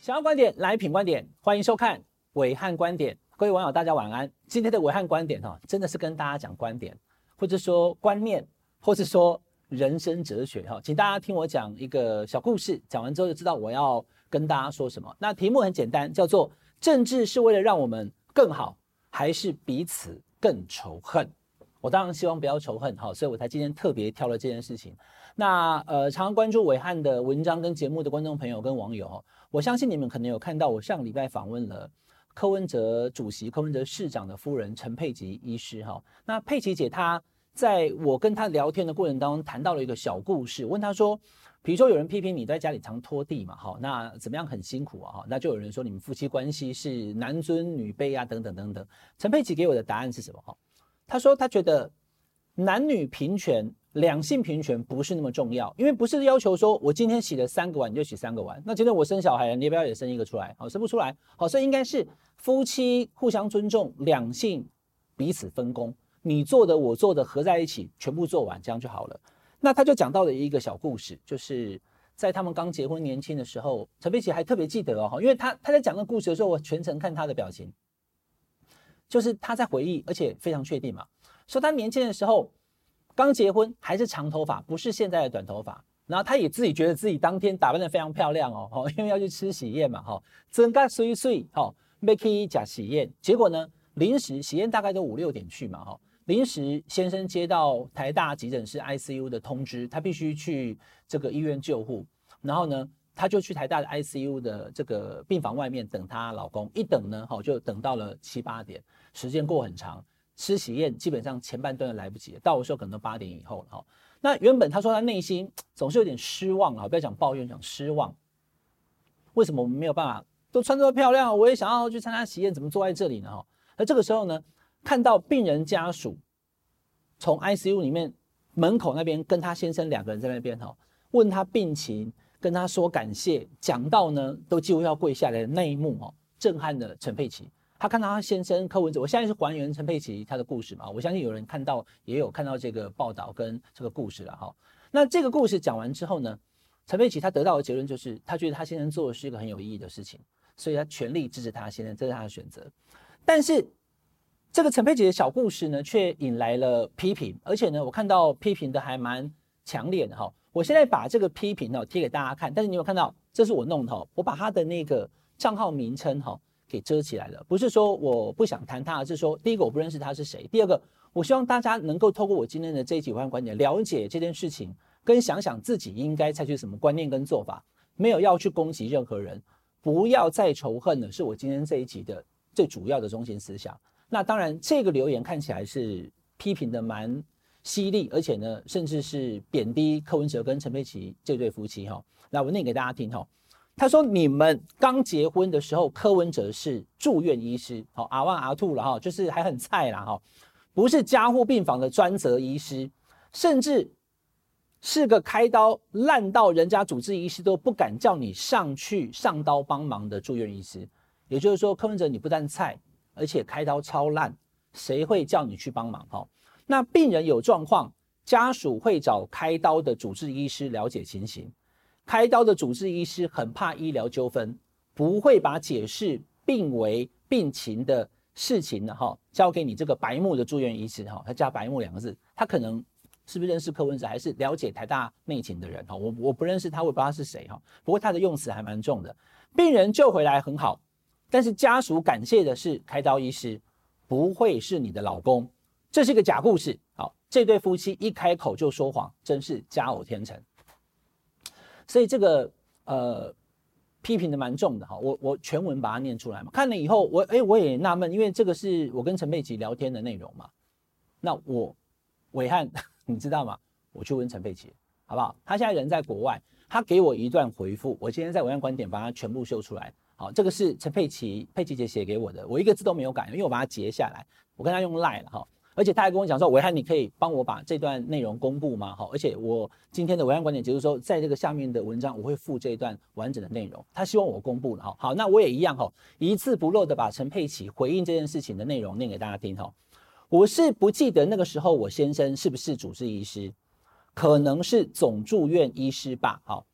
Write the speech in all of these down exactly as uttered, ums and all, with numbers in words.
想要观点来品观点，欢迎收看暐瀚观点。各位网友大家晚安。今天的暐瀚观点哈，真的是跟大家讲观点，或者说观念，或者说人生哲学哈。请大家听我讲一个小故事，讲完之后就知道我要跟大家说什么。那题目很简单，叫做政治是为了让我们更好，还是彼此更仇恨？我当然希望不要仇恨哈，所以我才今天特别挑了这件事情。那呃，常常关注暐瀚的文章跟节目的观众朋友跟网友，我相信你们可能有看到，我上个礼拜访问了柯文哲主席、柯文哲市长的夫人陈佩琪医师哈。那佩琪姐她在我跟她聊天的过程当中谈到了一个小故事，问她说，比如说有人批评你在家里常拖地嘛，哈，那怎么样很辛苦啊，那就有人说你们夫妻关系是男尊女卑啊，等等等等。陈佩琪给我的答案是什么？她说她觉得男女平权、两性平权不是那么重要，因为不是要求说我今天洗了三个碗你就洗三个碗，那今天我生小孩了，你要不要也生一个出来？好，生不出来，好，所以应该是夫妻互相尊重，两性彼此分工，你做的我做的合在一起，全部做完，这样就好了。那他就讲到了一个小故事，就是在他们刚结婚年轻的时候，陈佩琪还特别记得哦，因为他他在讲那个故事的时候，我全程看他的表情，就是他在回忆，而且非常确定嘛，说他年轻的时候刚结婚还是长头发，不是现在的短头发。然后他也自己觉得自己当天打扮得非常漂亮哦，因为要去吃喜宴嘛，哈，整个水水哈，要去吃喜宴。结果呢，临时喜宴大概都五六点去嘛，哈，临时先生接到台大急诊室 I C U 的通知，他必须去这个医院救护。然后呢，他就去台大的 I C U 的这个病房外面等她老公，一等呢，哈，就等到了七八点，时间过很长。吃喜宴基本上前半段都来不及，到的时候可能都八点以后了。那原本他说他内心总是有点失望了，不要讲抱怨，讲失望。为什么我们没有办法都穿这么漂亮，我也想要去参加喜宴，怎么坐在这里呢？那这个时候呢，看到病人家属从 I C U 里面门口那边跟他先生两个人在那边问他病情，跟他说感谢，讲到呢都几乎要跪下来的那一幕，震撼了陈佩琪。他看到他先生柯文哲，我现在是还原陈佩琪他的故事嘛，我相信有人看到也有看到这个报道跟这个故事了哈。那这个故事讲完之后呢，陈佩琪他得到的结论就是，他觉得他先生做的是一个很有意义的事情，所以他全力支持他先生，这是他的选择。但是这个陈佩琪的小故事呢，却引来了批评，而且呢，我看到批评的还蛮强烈的哈。我现在把这个批评呢贴给大家看，但是你有看到，这是我弄的哈，我把他的那个账号名称哈给遮起来了，不是说我不想谈他，而是说第一个我不认识他是谁，第二个我希望大家能够透过我今天的这一集暐瀚观点了解这件事情，跟想想自己应该采取什么观念跟做法，没有要去攻击任何人，不要再仇恨了，是我今天这一集的最主要的中心思想。那当然这个留言看起来是批评的蛮犀利，而且呢甚至是贬低柯文哲跟陈佩琪这对夫妻哈。那我念给大家听哈。他说：“你们刚结婚的时候，柯文哲是住院医师，好阿万阿兔了哈，就是还很菜啦哈，不是加护病房的专责医师，甚至是个开刀烂到人家主治医师都不敢叫你上去上刀帮忙的住院医师。也就是说，柯文哲你不但菜，而且开刀超烂，谁会叫你去帮忙哈？那病人有状况，家属会找开刀的主治医师了解情形。”开刀的主治医师很怕医疗纠纷，不会把解释病危病情的事情呢哈交给你这个白目的住院医师哈，他加白目两个字，他可能是不是认识柯文哲，还是了解台大内情的人哈？我我不认识他，我也不知道他是谁哈。不过他的用词还蛮重的，病人救回来很好，但是家属感谢的是开刀医师，不会是你的老公，这是一个假故事。好，这对夫妻一开口就说谎，真是佳偶天成。所以这个呃批评的蛮重的哈，我我全文把它念出来嘛。看了以后我哎我也纳闷，因为这个是我跟陈佩琪聊天的内容嘛。那我暐瀚你知道吗？我去问陈佩琪，好不好？他现在人在国外，他给我一段回复，我今天在暐瀚观点把它全部秀出来。好，这个是陈佩琪佩琪姐写给我的，我一个字都没有改，因为我把它截下来，我跟他用 LINE 了哈。而且他还跟我讲说，暐瀚你可以帮我把这段内容公布吗？而且我今天的暐瀚观点结束说，在这个下面的文章我会附这一段完整的内容，他希望我公布了。好，那我也一样一字不漏的把陈佩琪回应这件事情的内容念给大家听。我是不记得那个时候我先生是不是主治医师，可能是总住院医师吧。好，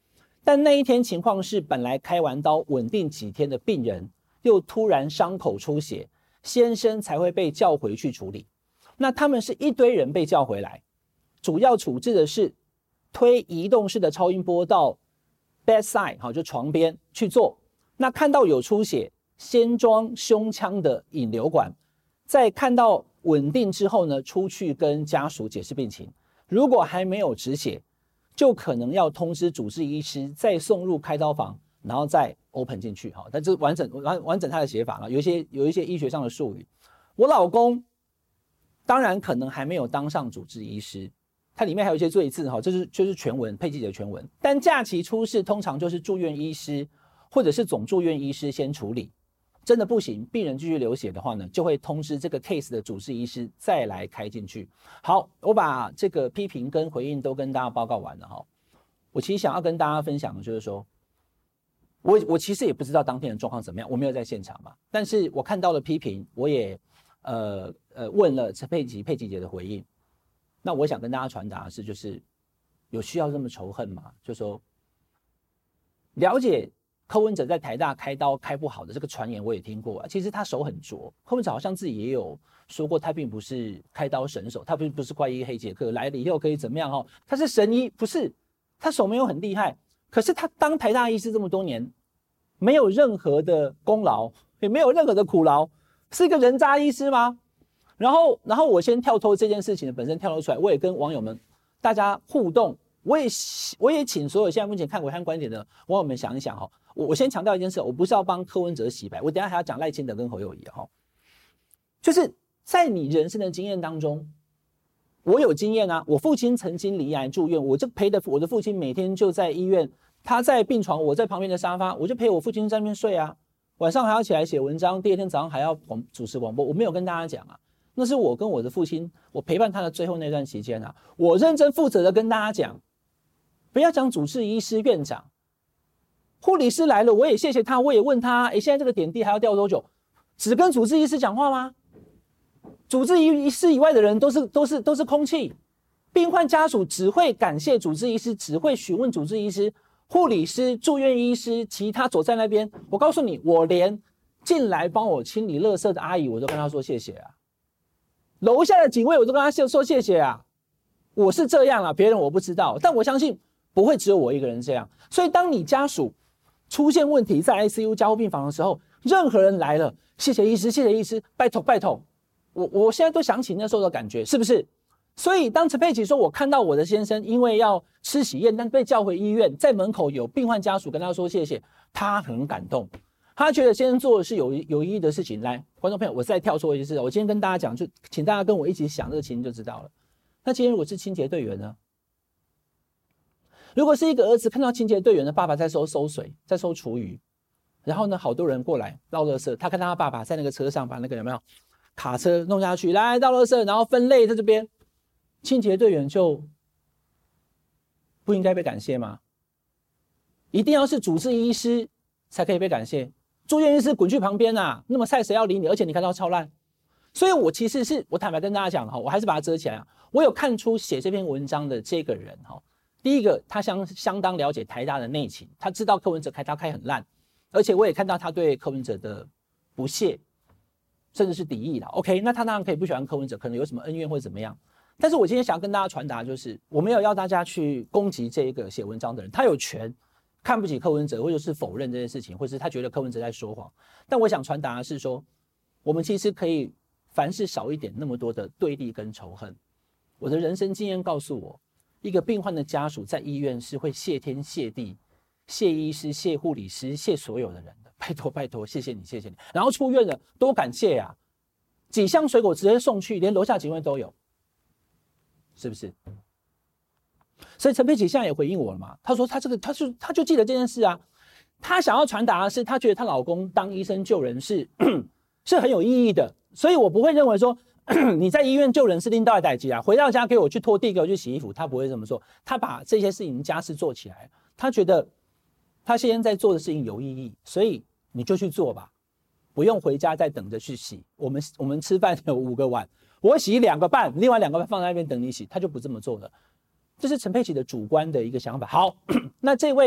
但那一天情况是，本来开完刀稳定几天的病人，又突然伤口出血，先生才会被叫回去处理。那他们是一堆人被叫回来，主要处置的是推移动式的超音波到 bedside， 好，就床边去做。那看到有出血，先装胸腔的引流管，在看到稳定之后呢，出去跟家属解释病情。如果还没有止血，就可能要通知主治医师，再送入开刀房，然后再 open 进去。好，但这完整完完整它的写法了，有一些有一些医学上的术语。我老公当然可能还没有当上主治医师，它里面还有一些赘字，这是就是全文佩记者全文。但假期出事通常就是住院医师或者是总住院医师先处理，真的不行，病人继续流血的话呢，就会通知这个 case 的主治医师再来开进去。好，我把这个批评跟回应都跟大家报告完了哈。我其实想要跟大家分享的就是说，我我其实也不知道当天的状况怎么样，我没有在现场嘛，但是我看到了批评，我也呃呃问了陈佩琪佩琪姐的回应。那我想跟大家传达的是，就是有需要这么仇恨吗？就说了解柯文哲在台大开刀开不好的这个传言我也听过啊，其实他手很拙。柯文哲好像自己也有说过，他并不是开刀神手，他并不是怪医黑杰克来了以后可以怎么样哈，他是神医，不是，他手没有很厉害，可是他当台大医师这么多年，没有任何的功劳，也没有任何的苦劳，是一个人渣医师吗？然后，然后我先跳脱这件事情的本身跳脱出来，我也跟网友们大家互动，我也我也请所有现在目前看暐瀚观点的网友们想一想哈。我我先强调一件事，我不是要帮柯文哲洗白，我等一下还要讲赖清德跟侯友宜哈。就是在你人生的经验当中，我有经验啊，我父亲曾经罹癌住院，我就陪着我的父亲每天就在医院，他在病床，我在旁边的沙发，我就陪我父亲在那边睡啊，晚上还要起来写文章，第二天早上还要主持广播，我没有跟大家讲啊，那是我跟我的父亲，我陪伴他的最后那段期间啊，我认真负责的跟大家讲，不要讲主治医师院长。护理师来了，我也谢谢他，我也问他，哎，现在这个点滴还要吊多久？只跟主治医师讲话吗？主治医师以外的人都是都是都是空气。病患家属只会感谢主治医师，只会询问主治医师、护理师、住院医师，其他走在那边。我告诉你，我连进来帮我清理垃圾的阿姨，我都跟她说谢谢啊。楼下的警卫，我都跟他说谢谢啊。我是这样啊，别人我不知道，但我相信不会只有我一个人这样。所以，当你家属出现问题在 I C U 加护病房的时候，任何人来了，谢谢医师，谢谢医师，拜托拜托，我我现在都想起那时候的感觉，是不是？所以当陈佩琪说，我看到我的先生因为要吃喜宴，但被叫回医院，在门口有病患家属跟他说谢谢，他很感动，他觉得先生做的是有有意义的事情。来，观众朋友，我再跳出一件事，我今天跟大家讲，就请大家跟我一起想这个情就知道了。那今天如果是清洁队员呢？如果是一个儿子看到清洁队员的爸爸在收收水，在收厨余，然后呢，好多人过来倒垃圾，他看到他爸爸在那个车上把那个有没有卡车弄下去，来倒垃圾，然后分类在这边，清洁队员就不应该被感谢吗？一定要是主治医师才可以被感谢，住院医师滚去旁边啊，那么晒谁要理你？而且你看到超烂，所以我其实是我坦白跟大家讲哈，我还是把它遮起来啊。我有看出写这篇文章的这个人哈。第一个，他相相当了解台大的内情，他知道柯文哲开刀开很烂，而且我也看到他对柯文哲的不屑，甚至是敌意啦。OK， 那他当然可以不喜欢柯文哲，可能有什么恩怨或者怎么样。但是我今天想要跟大家传达，就是我没有要大家去攻击这一个写文章的人，他有权看不起柯文哲，或者是否认这件事情，或者是他觉得柯文哲在说谎。但我想传达的是说，我们其实可以凡事少一点那么多的对立跟仇恨。我的人生经验告诉我，一个病患的家属在医院是会谢天谢地、谢医师、谢护理师、谢所有的人的。拜托拜托，谢谢你，谢谢你。然后出院了，多感谢啊！几箱水果直接送去，连楼下警卫都有，是不是？所以陈佩琪现在也回应我了嘛？他说他这个，他就他就记得这件事啊。他想要传达的是，他觉得她老公当医生救人是是很有意义的，所以我不会认为说。你在医院救人是拎到代志啊，回到家给我去拖地，给我去洗衣服，他不会这么做。他把这些事情家事做起来，他觉得他现在在做的事情有意义，所以你就去做吧，不用回家再等着去洗。我们我们吃饭有五个碗，我洗两个半，另外两个半放在那边等你洗，他就不这么做了。这是陈佩琪的主观的一个想法。好，那这位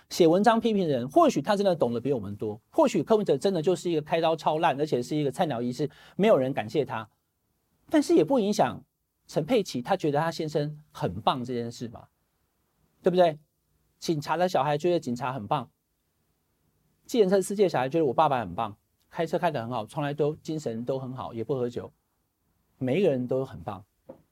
写文章批评的人，或许他真的懂得比我们多，或许柯文哲真的就是一个开刀超烂，而且是一个菜鸟医师，没有人感谢他，但是也不影响陈佩琪他觉得他先生很棒这件事嘛，对不对？警察的小孩觉得警察很棒，计程车司机的小孩觉得我爸爸很棒，开车开得很好，从来都精神都很好，也不喝酒，每一个人都很棒，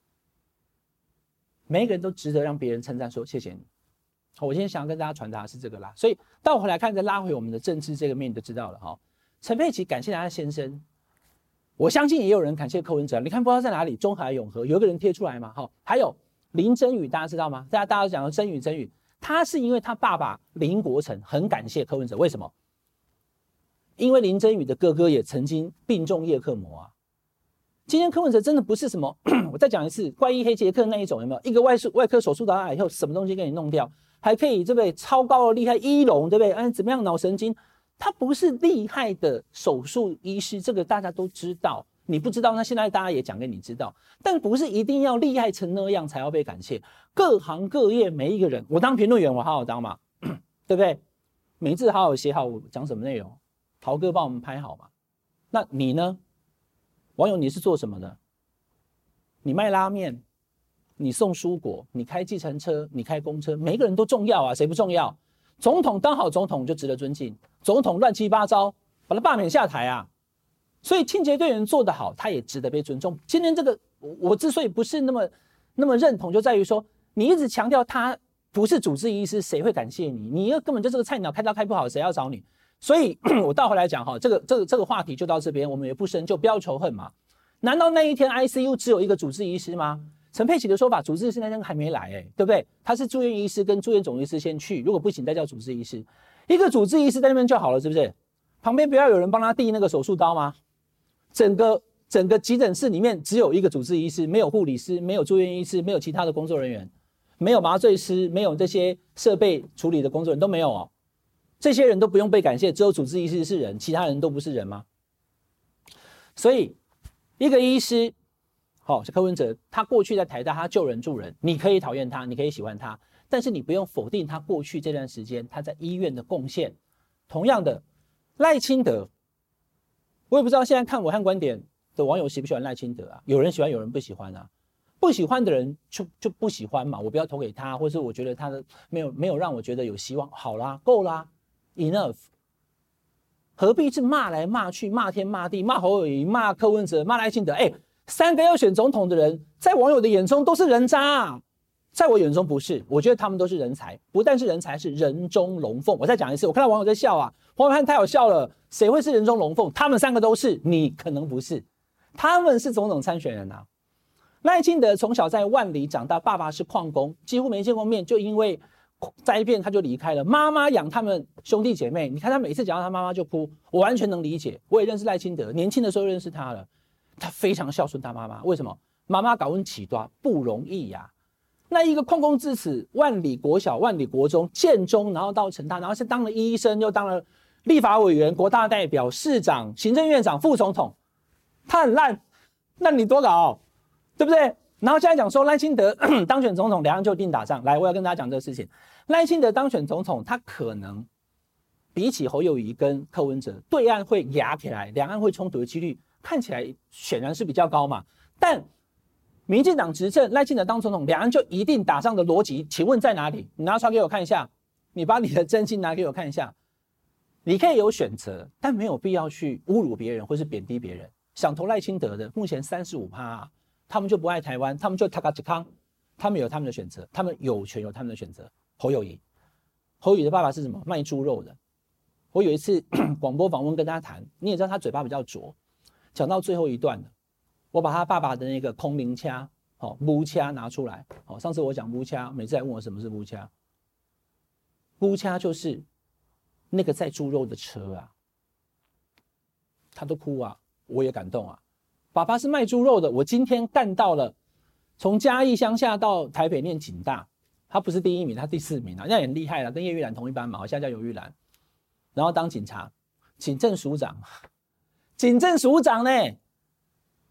每一个人都值得让别人称赞说谢谢你。我今天想要跟大家传达的是这个啦，所以倒回来看，再拉回我们的政治这个面，你就知道了哈。陈佩琪感谢他的先生，我相信也有人感谢柯文哲。你看不知道在哪里，中海永和有一个人贴出来嘛，哈，还有林真宇，大家知道吗？大家大家都讲到真宇真宇，他是因为他爸爸林国成很感谢柯文哲，为什么？因为林真宇的哥哥也曾经病重叶克膜啊。今天柯文哲真的不是什么，我再讲一次，怪医黑杰克那一种，有没有？一个外外科手术打下来以后，什么东西给你弄掉？还可以，对不对？超高的厉害医龙，对不对？嗯，怎么样？脑神经，他不是厉害的手术医师，这个大家都知道。你不知道，那现在大家也讲给你知道。但不是一定要厉害成那样才要被感谢。各行各业每一个人，我当评论员，我好好当嘛，对不对？每次好好写好我讲什么内容，陶哥帮我们拍好嘛。那你呢？网友，你是做什么的？你卖拉面？你送蔬果，你开计程车，你开公车，每一个人都重要啊，谁不重要？总统当好总统就值得尊敬，总统乱七八糟，把他罢免下台啊！所以清洁队员做得好，他也值得被尊重。今天这个我之所以不是那么那么认同，就在于说你一直强调他不是主治医师，谁会感谢你？你根本就是个菜鸟，开刀开不好，谁要找你？所以我倒回来讲哈，这个这个这个话题就到这边，我们也不深究，不要仇恨嘛。难道那一天 I C U 只有一个主治医师吗？陈佩琪的说法，主治医师那天还没来、欸，对不对？他是住院医师跟住院总医师先去，如果不行再叫主治医师。一个主治医师在那边就好了，是不是？旁边不要有人帮他递那个手术刀吗？整个整个急诊室里面只有一个主治医师，没有护理师，没有住院医师，没有其他的工作人员，没有麻醉师，没有这些设备处理的工作人员都没有哦。这些人都不用被感谢，只有主治医师是人，其他人都不是人吗？所以一个医师。好、哦，柯文哲他过去在台大他救人助人，你可以讨厌他，你可以喜欢他，但是你不用否定他过去这段时间他在医院的贡献。同样的，赖清德，我也不知道现在看暐瀚观点的网友喜不喜欢赖清德啊？有人喜欢，有人不喜欢啊。不喜欢的人就就不喜欢嘛，我不要投给他，或是我觉得他的没有没有让我觉得有希望，好啦，够啦 ，enough。何必是骂来骂去，骂天骂地，骂侯友宜，骂柯文哲，骂赖清德？哎、欸。三个要选总统的人，在网友的眼中都是人渣啊，在我眼中不是，我觉得他们都是人才，不但是人才，是人中龙凤。我再讲一次，我看到网友在笑啊，黄伟汉太好笑了，谁会是人中龙凤？他们三个都是，你可能不是，他们是总统参选人啊。赖清德从小在万里长大，爸爸是矿工，几乎没见过面，就因为灾变他就离开了，妈妈养他们兄弟姐妹，你看他每次讲到他妈妈就哭，我完全能理解，我也认识赖清德，年轻的时候认识他了。他非常孝顺他妈妈，为什么？妈妈搞婚起多不容易呀、啊。那一个矿工之子，万里国小、万里国中、建中，然后到成大，然后是当了医生，又当了立法委员、国大代表、市长、行政院长、副总统，他很烂，那你多搞，对不对？然后现在讲说赖清德当选总统，两岸就一定打仗。来，我要跟大家讲这个事情。赖清德当选总统，他可能比起侯友宜跟柯文哲，对岸会压起来，两岸会冲突的几率。看起来显然是比较高嘛，但民进党执政，赖清德当总统，两岸就一定打仗的逻辑，请问在哪里？你拿出来给我看一下，你把你的真心拿给我看一下。你可以有选择，但没有必要去侮辱别人或是贬低别人。想投赖清德的，目前 百分之三十五、啊、他们就不爱台湾，他们就塔卡吉康，他们有他们的选择，他们有权有他们的选择。侯友宜，侯友宜的爸爸是什么？卖猪肉的。我有一次广播访问跟他谈，你也知道他嘴巴比较拙。讲到最后一段了，我把他爸爸的那个空灵掐，好木掐拿出来。好，上次我讲木掐，每次来问我什么是木掐。木掐就是那个载猪肉的车啊，他都哭啊，我也感动啊。爸爸是卖猪肉的，我今天干到了，从嘉义乡下到台北念警大，他不是第一名，他第四名啊，那也很厉害了，跟叶玉兰同一班嘛，我现在叫游玉兰，然后当警察，警政署长。警政署长呢，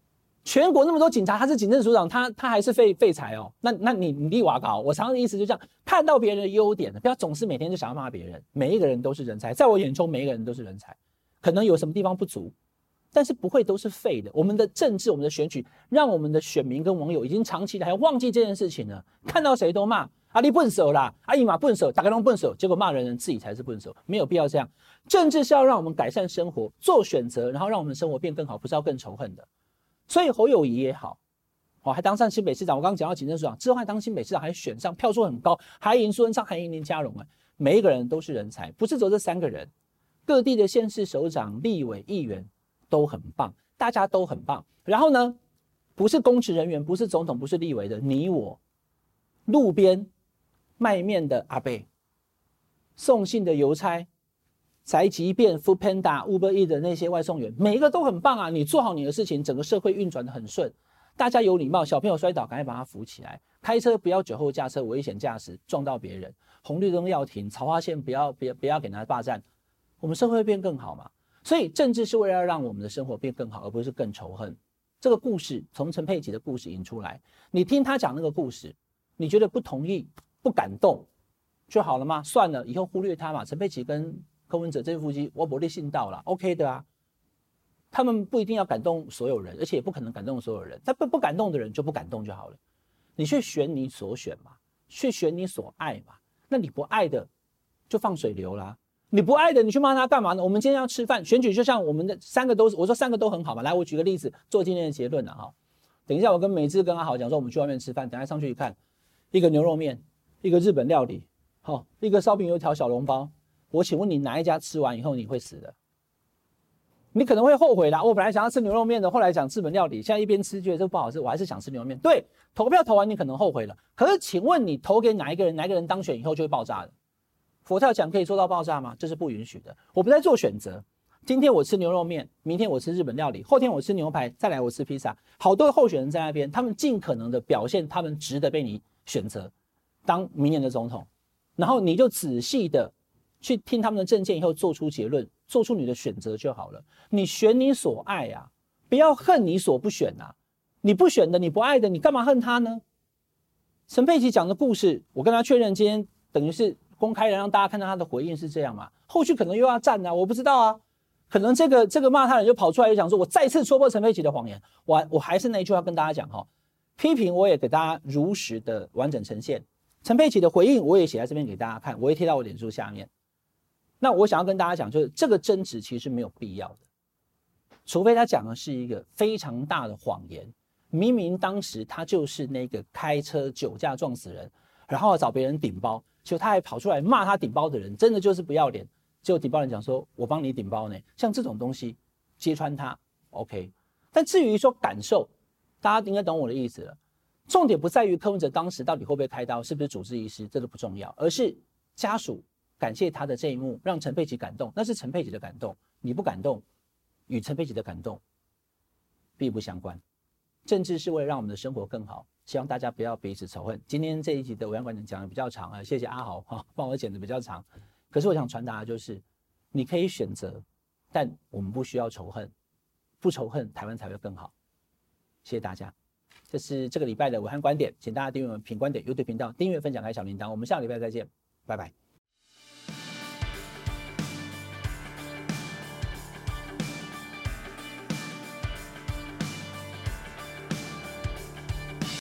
全国那么多警察，他是警政署长，他他还是废废柴哦。那那你你立瓦搞，我常常的意思就这样，看到别人的优点，不要总是每天就想要骂别人。每一个人都是人才，在我眼中，每一个人都是人才。可能有什么地方不足，但是不会都是废的。我们的政治，我们的选举，让我们的选民跟网友已经长期的还忘记这件事情了。看到谁都骂啊，你笨手啦，阿姨嘛笨手，大家都笨手，结果骂人人自己才是笨手，没有必要这样。政治是要让我们改善生活，做选择，然后让我们生活变更好，不是要更仇恨的。所以侯友宜也好，哦，还当上新北市长。我刚刚讲到警政署长之后，还当新北市长，还选上，票数很高，还赢苏贞昌，还赢林佳龙。哎，每一个人都是人才，不是只有这三个人。各地的县市首长、立委、议员都很棒，大家都很棒。然后呢，不是公职人员，不是总统，不是立委的，你我，路边卖面的阿伯，送信的邮差。宅急便、Foodpanda、Uber Eats 的那些外送员，每一个都很棒啊！你做好你的事情，整个社会运转得很顺，大家有礼貌。小朋友摔倒，赶快把他扶起来。开车不要酒后驾车、危险驾驶，撞到别人。红绿灯要停，草花线不要不要不要给他霸占。我们社会会变更好嘛？所以政治是为了让我们的生活变更好，而不是更仇恨。这个故事从陈佩琪的故事引出来，你听他讲那个故事，你觉得不同意、不感动就好了吗？算了，以后忽略他嘛。陈佩琪跟柯文哲这对夫妻，我不会信到了 ，OK 的啊。他们不一定要感动所有人，而且也不可能感动所有人。他不不感动的人就不感动就好了。你去选你所选嘛，去选你所爱嘛。那你不爱的就放水流啦。你不爱的，你去骂他干嘛呢？我们今天要吃饭，选举就像我们的三个都是，我说三个都很好嘛。来，我举个例子做今天的结论了哈。等一下我跟美智跟阿豪讲说，我们去外面吃饭，等一下上去一看，一个牛肉面，一个日本料理，好，一个烧饼油条小笼包。我请问你哪一家吃完以后你会死的？你可能会后悔啦。我本来想要吃牛肉面的，后来讲日本料理，现在一边吃觉得这不好吃，我还是想吃牛肉面。对，投票投完你可能后悔了。可是请问你投给哪一个人，哪一个人当选以后就会爆炸的？佛跳墙可以做到爆炸吗？这是不允许的。我们在做选择。今天我吃牛肉面，明天我吃日本料理，后天我吃牛排，再来我吃披萨。好多候选人在那边，他们尽可能的表现他们值得被你选择当明年的总统，然后你就仔细的去听他们的政见以后做出结论，做出你的选择就好了。你选你所爱啊，不要恨你所不选啊。你不选的，你不爱的，你干嘛恨他呢？陈佩琪讲的故事，我跟他确认，今天等于是公开的，让大家看到他的回应是这样嘛？后续可能又要战啊，我不知道啊。可能这个这个骂他的人就跑出来就讲说，我再次戳破陈佩琪的谎言。我我还是那一句话跟大家讲哈，批评我也给大家如实的完整呈现。陈佩琪的回应我也写在这边给大家看，我也贴到我脸书下面。那我想要跟大家讲，就是这个争执其实没有必要的，除非他讲的是一个非常大的谎言。明明当时他就是那个开车酒驾撞死人，然后找别人顶包，结果他还跑出来骂他顶包的人，真的就是不要脸。结果顶包人讲说：“我帮你顶包呢。”像这种东西揭穿他 ，OK。但至于说感受，大家应该懂我的意思了。重点不在于柯文哲当时到底会不会开刀，是不是主治医师，这都不重要，而是家属感谢他的这一幕，让陈佩琪感动，那是陈佩琪的感动，你不感动，与陈佩琪的感动并不相关。政治是为了让我们的生活更好，希望大家不要彼此仇恨。今天这一集的暐瀚观点讲的比较长啊，谢谢阿豪哈，帮我剪的比较长。可是我想传达的就是，你可以选择，但我们不需要仇恨，不仇恨，台湾才会更好。谢谢大家，这是这个礼拜的暐瀚观点，请大家订阅我们品观点 YouTube 频道，订阅、分享、开小铃铛。我们下个礼拜再见，拜拜。